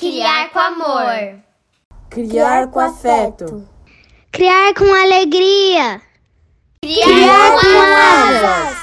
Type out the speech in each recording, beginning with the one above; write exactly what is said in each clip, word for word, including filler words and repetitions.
criar com amor. Criar com afeto. Criar com alegria. Criar, criar com, com asas.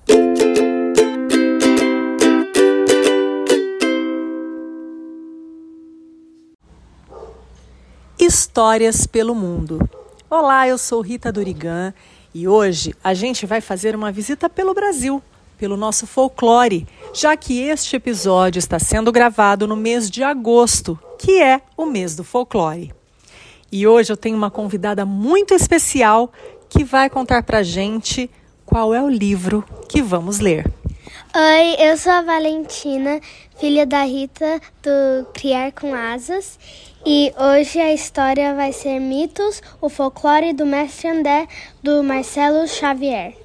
Histórias pelo mundo. Olá, eu sou Rita Durigan e hoje a gente vai fazer uma visita pelo Brasil, pelo nosso folclore, já que este episódio está sendo gravado no mês de agosto, que é o mês do folclore. E hoje eu tenho uma convidada muito especial que vai contar pra gente qual é o livro que vamos ler. Oi, eu sou a Valentina, filha da Rita do Criar com Asas, e hoje a história vai ser Mitos, o folclore do Mestre André, do Marcelo Xavier.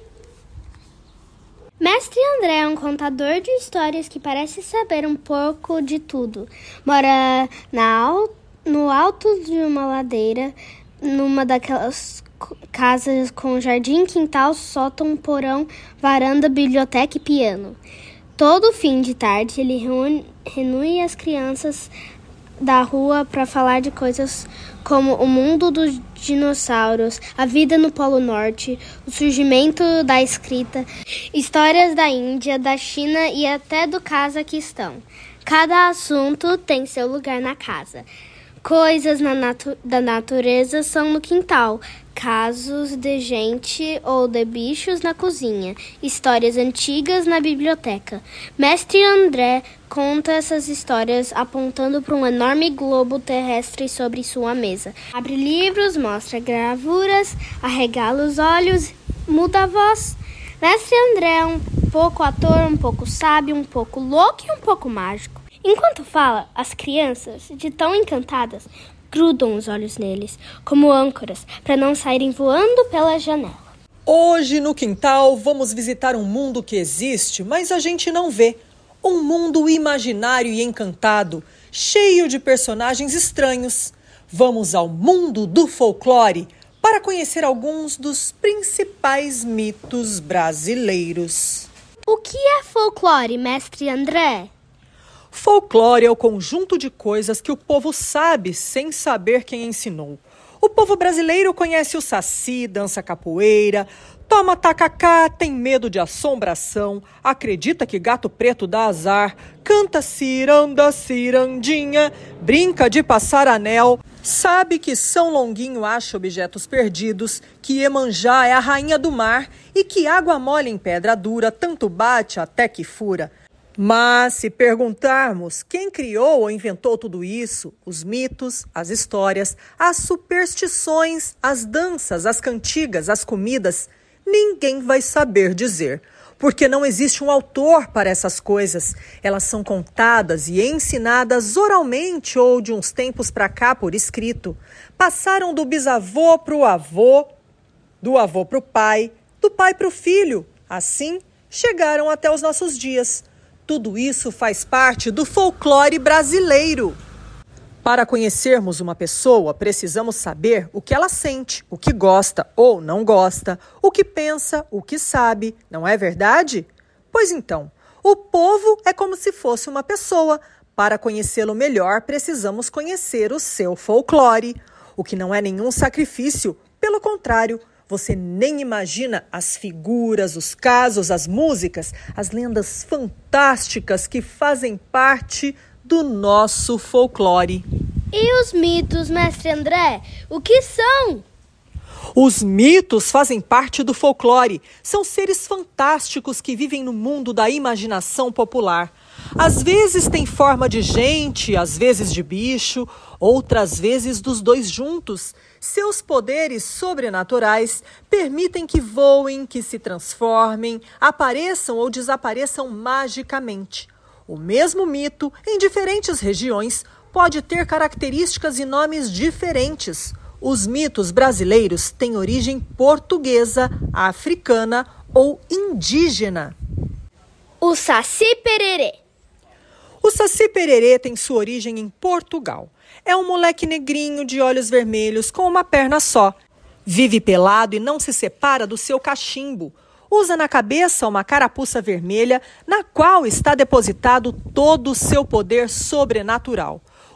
Mestre André é um contador de histórias que parece saber um pouco de tudo. Mora na, no alto de uma ladeira, numa daquelas casas com jardim, quintal, sótão, porão, varanda, biblioteca e piano. Todo fim de tarde ele reúne, reúne as crianças da rua para falar de coisas como o mundo dos dinossauros, a vida no Polo Norte, o surgimento da escrita, histórias da Índia, da China e até do Cazaquistão. Cada assunto tem seu lugar na casa. Coisas na natu- da natureza são no quintal, casos de gente ou de bichos na cozinha, histórias antigas na biblioteca. Mestre André conta essas histórias apontando para um enorme globo terrestre sobre sua mesa. Abre livros, mostra gravuras, arregala os olhos, muda a voz. Mestre André é um pouco ator, um pouco sábio, um pouco louco e um pouco mágico. Enquanto fala, as crianças, de tão encantadas, grudam os olhos neles, como âncoras, para não saírem voando pela janela. Hoje, no quintal, vamos visitar um mundo que existe, mas a gente não vê. Um mundo imaginário e encantado, cheio de personagens estranhos. Vamos ao mundo do folclore para conhecer alguns dos principais mitos brasileiros. O que é folclore, Mestre André? Folclore é o conjunto de coisas que o povo sabe sem saber quem ensinou. O povo brasileiro conhece o saci, dança capoeira, toma tacacá, tem medo de assombração, acredita que gato preto dá azar, canta ciranda, cirandinha, brinca de passar anel, sabe que São Longuinho acha objetos perdidos, que Iemanjá é a rainha do mar e que água mole em pedra dura tanto bate até que fura. Mas se perguntarmos quem criou ou inventou tudo isso, os mitos, as histórias, as superstições, as danças, as cantigas, as comidas, ninguém vai saber dizer, porque não existe um autor para essas coisas. Elas são contadas e ensinadas oralmente ou de uns tempos para cá por escrito. Passaram do bisavô para o avô, do avô para o pai, do pai para o filho. Assim, chegaram até os nossos dias. Tudo isso faz parte do folclore brasileiro. Para conhecermos uma pessoa, precisamos saber o que ela sente, o que gosta ou não gosta, o que pensa, o que sabe, não é verdade? Pois então, o povo é como se fosse uma pessoa. Para conhecê-lo melhor, precisamos conhecer o seu folclore, o que não é nenhum sacrifício, pelo contrário. Você nem imagina as figuras, os casos, as músicas, as lendas fantásticas que fazem parte do nosso folclore. E os mitos, Mestre André? O que são? Os mitos fazem parte do folclore. São seres fantásticos que vivem no mundo da imaginação popular. Às vezes tem forma de gente, às vezes de bicho, outras vezes dos dois juntos. Seus poderes sobrenaturais permitem que voem, que se transformem, apareçam ou desapareçam magicamente. O mesmo mito, em diferentes regiões, pode ter características e nomes diferentes. Os mitos brasileiros têm origem portuguesa, africana ou indígena. O Saci Pererê. O Saci Pererê tem sua origem em Portugal. É um moleque negrinho de olhos vermelhos com uma perna só. Vive pelado e não se separa do seu cachimbo. Usa na cabeça uma carapuça vermelha na qual está depositado todo o seu poder sobrenatural.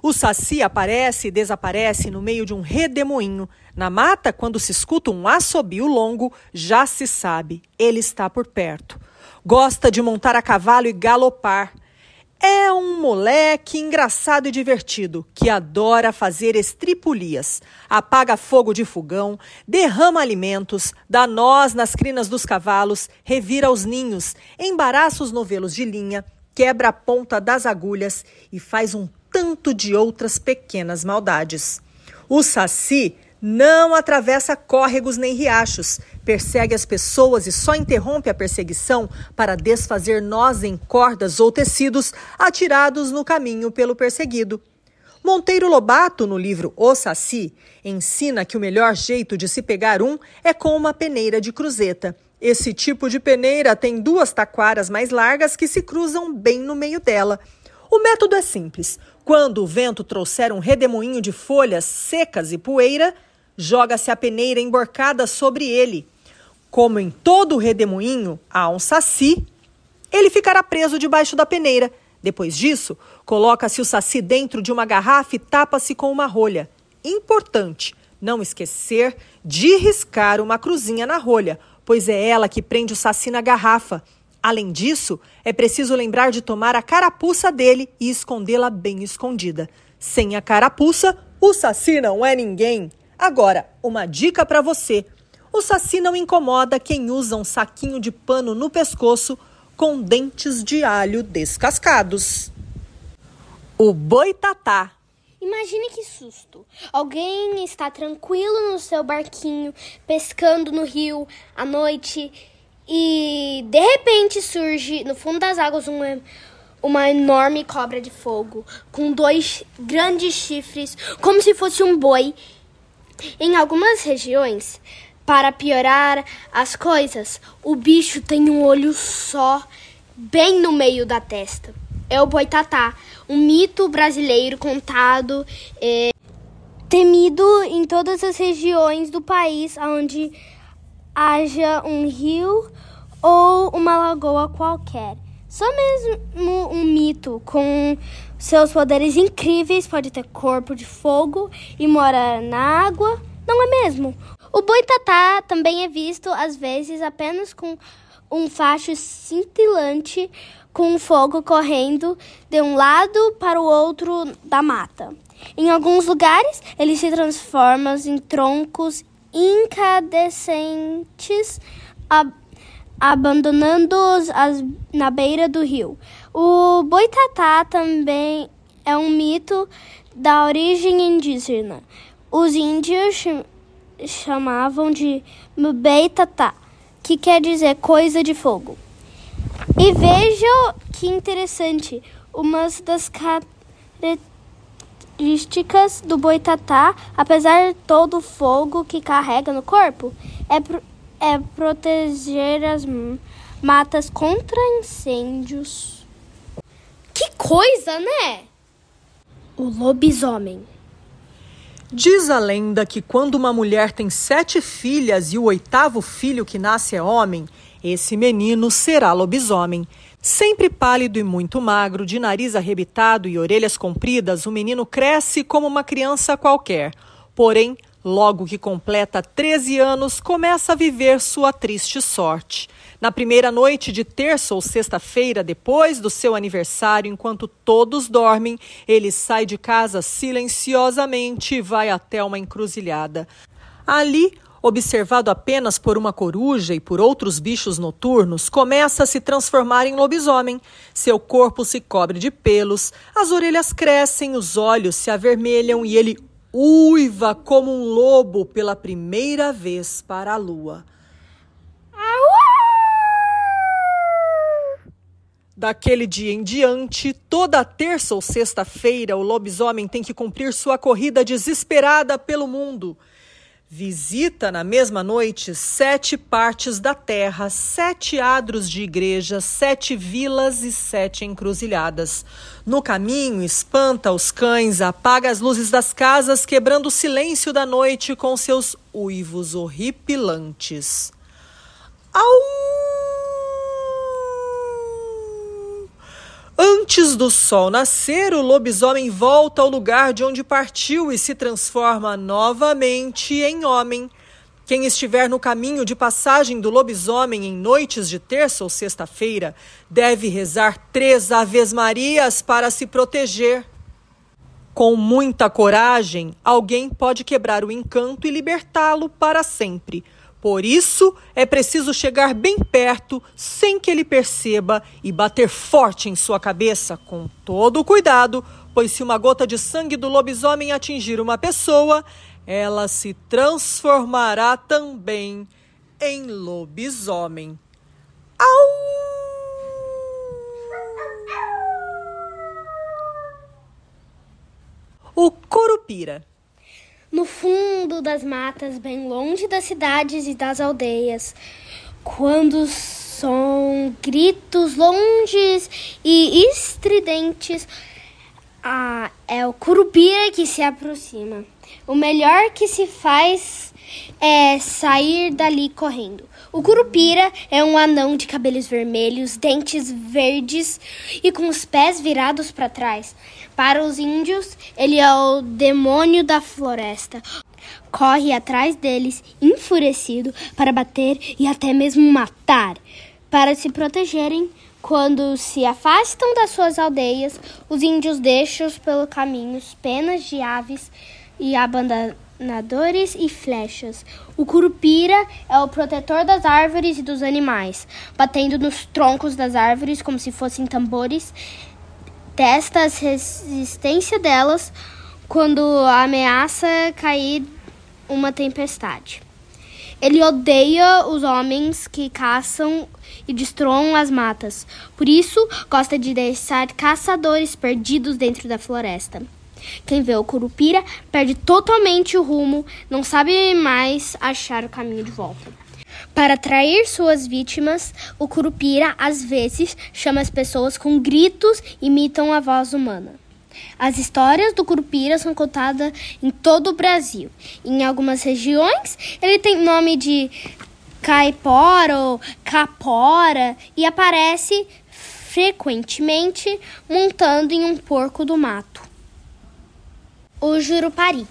O saci aparece e desaparece no meio de um redemoinho. Na mata, quando se escuta um assobio longo, já se sabe, ele está por perto. Gosta de montar a cavalo e galopar. É um moleque engraçado e divertido, que adora fazer estripulias. Apaga fogo de fogão, derrama alimentos, dá nós nas crinas dos cavalos, revira os ninhos, embaraça os novelos de linha, quebra a ponta das agulhas e faz um tanto de outras pequenas maldades. O saci não atravessa córregos nem riachos, persegue as pessoas e só interrompe a perseguição para desfazer nós em cordas ou tecidos atirados no caminho pelo perseguido. Monteiro Lobato, no livro O Saci, ensina que o melhor jeito de se pegar um é com uma peneira de cruzeta. Esse tipo de peneira tem duas taquaras mais largas que se cruzam bem no meio dela. O método é simples. Quando o vento trouxer um redemoinho de folhas secas e poeira, joga-se a peneira emborcada sobre ele. Como em todo redemoinho há um saci, ele ficará preso debaixo da peneira. Depois disso, coloca-se o saci dentro de uma garrafa e tapa-se com uma rolha. Importante, não esquecer de riscar uma cruzinha na rolha, pois é ela que prende o saci na garrafa. Além disso, é preciso lembrar de tomar a carapuça dele e escondê-la bem escondida. Sem a carapuça, o saci não é ninguém. Agora, uma dica para você. O saci não incomoda quem usa um saquinho de pano no pescoço com dentes de alho descascados. O boitatá. Imagine que susto. Alguém está tranquilo no seu barquinho, pescando no rio à noite e, de repente, surge no fundo das águas uma, uma enorme cobra de fogo com dois grandes chifres, como se fosse um boi. Em algumas regiões, para piorar as coisas, o bicho tem um olho só, bem no meio da testa. É o boitatá, um mito brasileiro contado, é, temido em todas as regiões do país onde haja um rio ou uma lagoa qualquer. Só mesmo um mito com seus poderes incríveis pode ter corpo de fogo e mora na água, não é mesmo? O boitatá também é visto, às vezes, apenas com um facho cintilante com fogo correndo de um lado para o outro da mata. Em alguns lugares, ele se transforma em incandescentes, ab- abandonando-os as- na beira do rio. O boitatá também é um mito da origem indígena. Os índios ch- chamavam de mbeitatá, que quer dizer coisa de fogo. E vejam que interessante, uma das características do boitatá, apesar de todo o fogo que carrega no corpo, é, pro, é proteger as matas contra incêndios. Que coisa, né? O lobisomem. Diz a lenda que quando uma mulher tem sete filhas e o oitavo filho que nasce é homem, esse menino será lobisomem. Sempre pálido e muito magro, de nariz arrebitado e orelhas compridas, o menino cresce como uma criança qualquer. Porém, logo que completa treze anos, começa a viver sua triste sorte. Na primeira noite de terça ou sexta-feira, depois do seu aniversário, enquanto todos dormem, ele sai de casa silenciosamente e vai até uma encruzilhada. Ali, observado apenas por uma coruja e por outros bichos noturnos, começa a se transformar em lobisomem. Seu corpo se cobre de pelos, as orelhas crescem, os olhos se avermelham e ele uiva como um lobo pela primeira vez para a lua. Daquele dia em diante, toda terça ou sexta-feira, o lobisomem tem que cumprir sua corrida desesperada pelo mundo. Visita na mesma noite sete partes da terra, sete adros de igrejas, sete vilas e sete encruzilhadas. No caminho, espanta os cães, apaga as luzes das casas, quebrando o silêncio da noite com seus uivos horripilantes. Au! Antes do sol nascer, o lobisomem volta ao lugar de onde partiu e se transforma novamente em homem. Quem estiver no caminho de passagem do lobisomem em noites de terça ou sexta-feira deve rezar três Aves-Marias para se proteger. Com muita coragem, alguém pode quebrar o encanto e libertá-lo para sempre. Por isso, é preciso chegar bem perto, sem que ele perceba, e bater forte em sua cabeça, com todo o cuidado, pois se uma gota de sangue do lobisomem atingir uma pessoa, ela se transformará também em lobisomem. Au! O Curupira. No fundo das matas, bem longe das cidades e das aldeias, quando são gritos longes e estridentes, ah, é o Curupira que se aproxima. O melhor que se faz é sair dali correndo. O Curupira é um anão de cabelos vermelhos, dentes verdes e com os pés virados para trás. Para os índios, ele é o demônio da floresta. Corre atrás deles, enfurecido, para bater e até mesmo matar. Para se protegerem, quando se afastam das suas aldeias, os índios deixam pelo caminho penas de aves e abandonadores e flechas. O Curupira é o protetor das árvores e dos animais, batendo nos troncos das árvores como se fossem tambores. Testa a resistência delas quando ameaça cair uma tempestade. Ele odeia os homens que caçam e destroem as matas. Por isso, gosta de deixar caçadores perdidos dentro da floresta. Quem vê o Curupira perde totalmente o rumo, não sabe mais achar o caminho de volta. Para atrair suas vítimas, o Curupira, às vezes, chama as pessoas com gritos e imitam a voz humana. As histórias do Curupira são contadas em todo o Brasil. Em algumas regiões, ele tem nome de caipora ou capora e aparece frequentemente montando em um porco do mato. O Jurupari.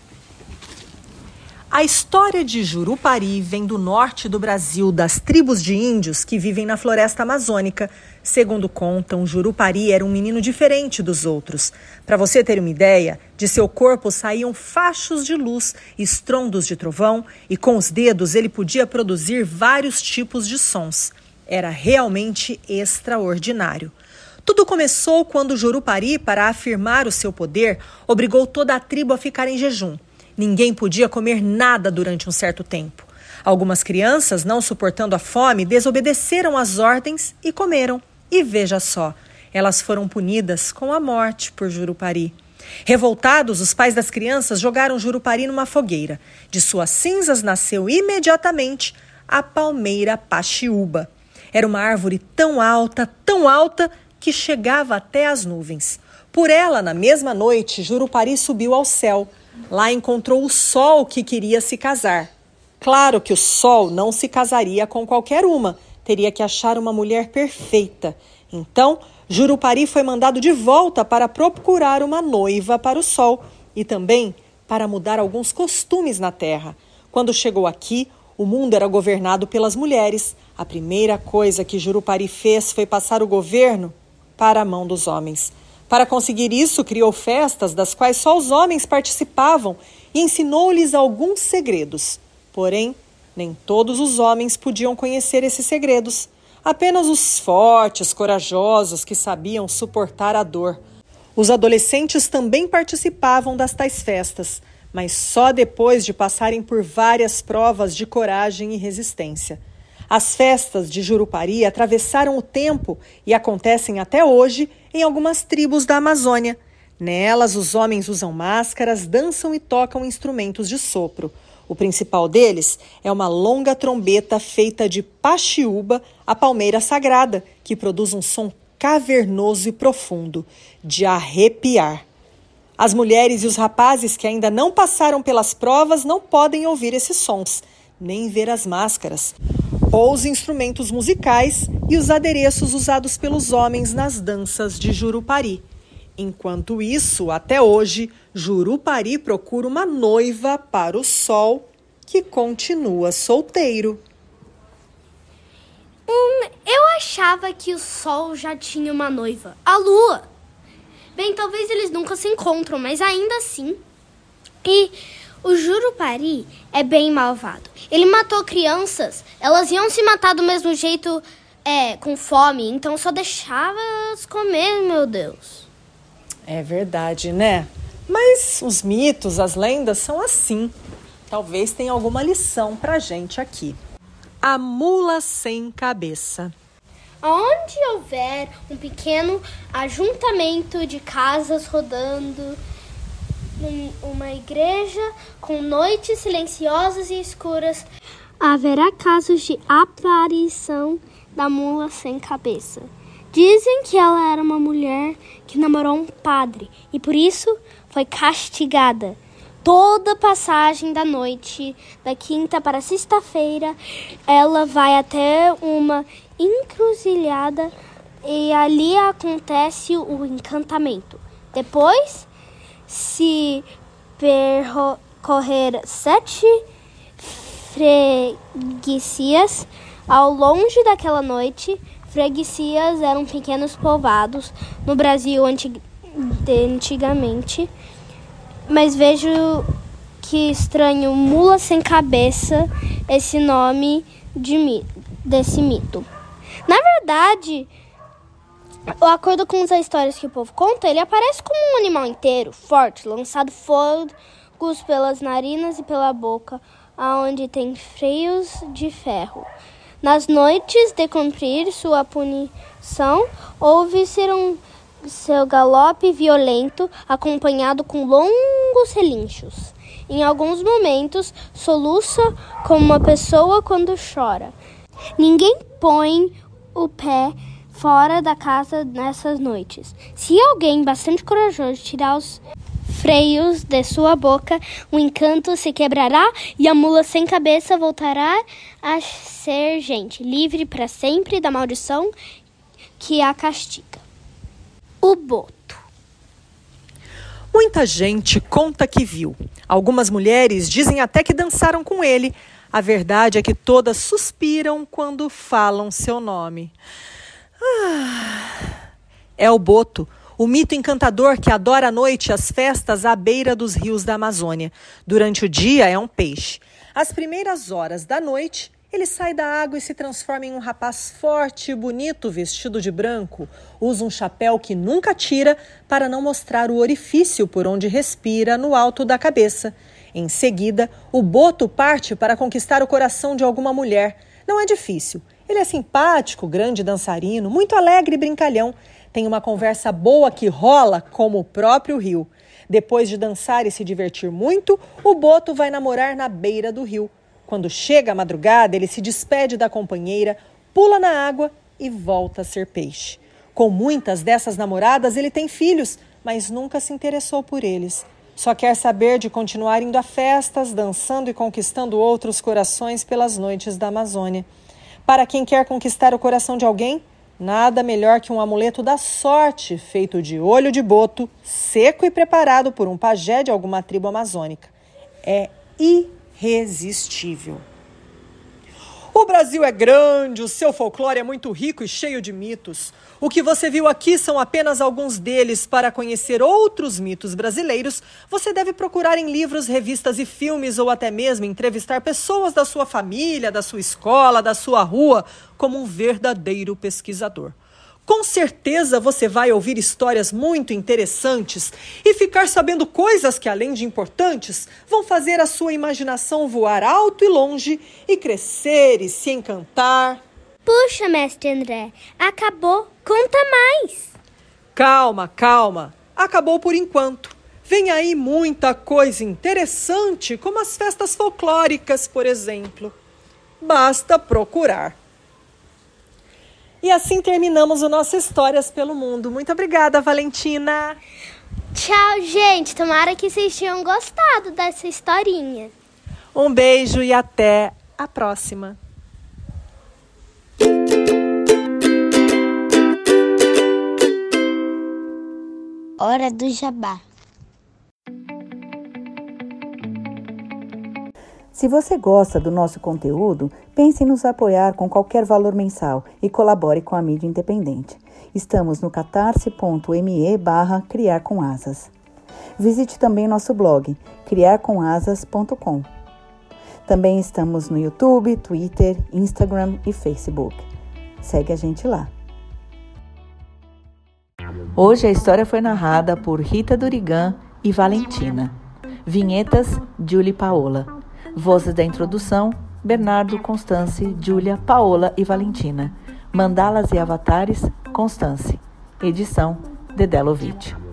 A história de Jurupari vem do norte do Brasil, das tribos de índios que vivem na floresta amazônica. Segundo contam, Jurupari era um menino diferente dos outros. Para você ter uma ideia, de seu corpo saíam fachos de luz, estrondos de trovão, e com os dedos ele podia produzir vários tipos de sons. Era realmente extraordinário. Tudo começou quando Jurupari, para afirmar o seu poder, obrigou toda a tribo a ficar em jejum. Ninguém podia comer nada durante um certo tempo. Algumas crianças, não suportando a fome, desobedeceram às ordens e comeram. E veja só, elas foram punidas com a morte por Jurupari. Revoltados, os pais das crianças jogaram Jurupari numa fogueira. De suas cinzas nasceu imediatamente a palmeira paxiúba. Era uma árvore tão alta, tão alta, que chegava até as nuvens. Por ela, na mesma noite, Jurupari subiu ao céu. Lá encontrou o sol que queria se casar. Claro que o sol não se casaria com qualquer uma, teria que achar uma mulher perfeita. Então, Jurupari foi mandado de volta para procurar uma noiva para o sol e também para mudar alguns costumes na terra. Quando chegou aqui, o mundo era governado pelas mulheres. A primeira coisa que Jurupari fez foi passar o governo para a mão dos homens. Para conseguir isso, criou festas das quais só os homens participavam e ensinou-lhes alguns segredos. Porém, nem todos os homens podiam conhecer esses segredos. Apenas os fortes, corajosos que sabiam suportar a dor. Os adolescentes também participavam das tais festas, mas só depois de passarem por várias provas de coragem e resistência. As festas de Jurupari atravessaram o tempo e acontecem até hoje em algumas tribos da Amazônia. Nelas, os homens usam máscaras, dançam e tocam instrumentos de sopro. O principal deles é uma longa trombeta feita de paxiúba, a palmeira sagrada, que produz um som cavernoso e profundo, de arrepiar. As mulheres e os rapazes que ainda não passaram pelas provas não podem ouvir esses sons, nem ver as máscaras. ou os instrumentos musicais e os adereços usados pelos homens nas danças de Jurupari. Enquanto isso, até hoje, Jurupari procura uma noiva para o sol, que continua solteiro. Hum, eu achava que o sol já tinha uma noiva, a lua. Bem, talvez eles nunca se encontram, mas ainda assim. E o Jurupari é bem malvado. Ele matou crianças, elas iam se matar do mesmo jeito, é, com fome, então só deixava elas comer, meu Deus. É verdade, né? Mas os mitos, as lendas são assim. Talvez tenha alguma lição pra gente aqui. A mula sem cabeça. Onde houver um pequeno ajuntamento de casas rodando, uma igreja com noites silenciosas e escuras, haverá casos de aparição da mula sem cabeça. Dizem que ela era uma mulher que namorou um padre e por isso foi castigada. Toda passagem da noite, da quinta para sexta-feira, ela vai até uma encruzilhada e ali acontece o encantamento. Depois, se percorrer sete freguesias ao longe daquela noite, freguesias eram pequenos povoados no Brasil antig- antigamente. Mas vejo que estranho, mula sem cabeça, esse nome de mi- desse mito. Na verdade, de acordo com as histórias que o povo conta, ele aparece como um animal inteiro, forte, lançado fogos pelas narinas e pela boca, aonde tem freios de ferro. Nas noites de cumprir sua punição, ouve-se um seu galope violento, acompanhado com longos relinchos. Em alguns momentos, soluça como uma pessoa quando chora. Ninguém põe o pé fora da casa nessas noites. Se alguém bastante corajoso tirar os freios de sua boca, o encanto se quebrará e a mula sem cabeça voltará a ser gente, livre para sempre da maldição que a castiga. O boto. Muita gente conta que viu. Algumas mulheres dizem até que dançaram com ele. A verdade é que todas suspiram quando falam seu nome. Ah, é o boto, o mito encantador que adora à noite as festas à beira dos rios da Amazônia. Durante o dia é um peixe. Às primeiras horas da noite, ele sai da água e se transforma em um rapaz forte e bonito, vestido de branco. Usa um chapéu que nunca tira para não mostrar o orifício por onde respira no alto da cabeça. Em seguida, o boto parte para conquistar o coração de alguma mulher. Não é difícil. Ele é simpático, grande dançarino, muito alegre e brincalhão. Tem uma conversa boa que rola como o próprio rio. Depois de dançar e se divertir muito, o boto vai namorar na beira do rio. Quando chega a madrugada, ele se despede da companheira, pula na água e volta a ser peixe. Com muitas dessas namoradas, ele tem filhos, mas nunca se interessou por eles. Só quer saber de continuar indo a festas, dançando e conquistando outros corações pelas noites da Amazônia. Para quem quer conquistar o coração de alguém, nada melhor que um amuleto da sorte, feito de olho de boto, seco e preparado por um pajé de alguma tribo amazônica. É irresistível. O Brasil é grande, o seu folclore é muito rico e cheio de mitos. O que você viu aqui são apenas alguns deles. Para conhecer outros mitos brasileiros, você deve procurar em livros, revistas e filmes ou até mesmo entrevistar pessoas da sua família, da sua escola, da sua rua, como um verdadeiro pesquisador. Com certeza você vai ouvir histórias muito interessantes e ficar sabendo coisas que, além de importantes, vão fazer a sua imaginação voar alto e longe e crescer e se encantar. Puxa, mestre André, acabou. Conta mais. Calma, calma. Acabou por enquanto. Vem aí muita coisa interessante, como as festas folclóricas, por exemplo. Basta procurar. E assim terminamos o nosso Histórias pelo Mundo. Muito obrigada, Valentina. Tchau, gente. Tomara que vocês tenham gostado dessa historinha. Um beijo e até a próxima. Hora do Jabá. Se você gosta do nosso conteúdo, pense em nos apoiar com qualquer valor mensal e colabore com a mídia independente. Estamos no catarse.me barra criar com asas. Visite também nosso blog, criar com asas ponto com. Também estamos no YouTube, Twitter, Instagram e Facebook. Segue a gente lá. Hoje a história foi narrada por Rita Durigan e Valentina. Vinhetas, Julie Paola. Vozes da introdução, Bernardo, Constance, Júlia, Paola e Valentina. Mandalas e avatares, Constance. Edição, Dedé Lovitch.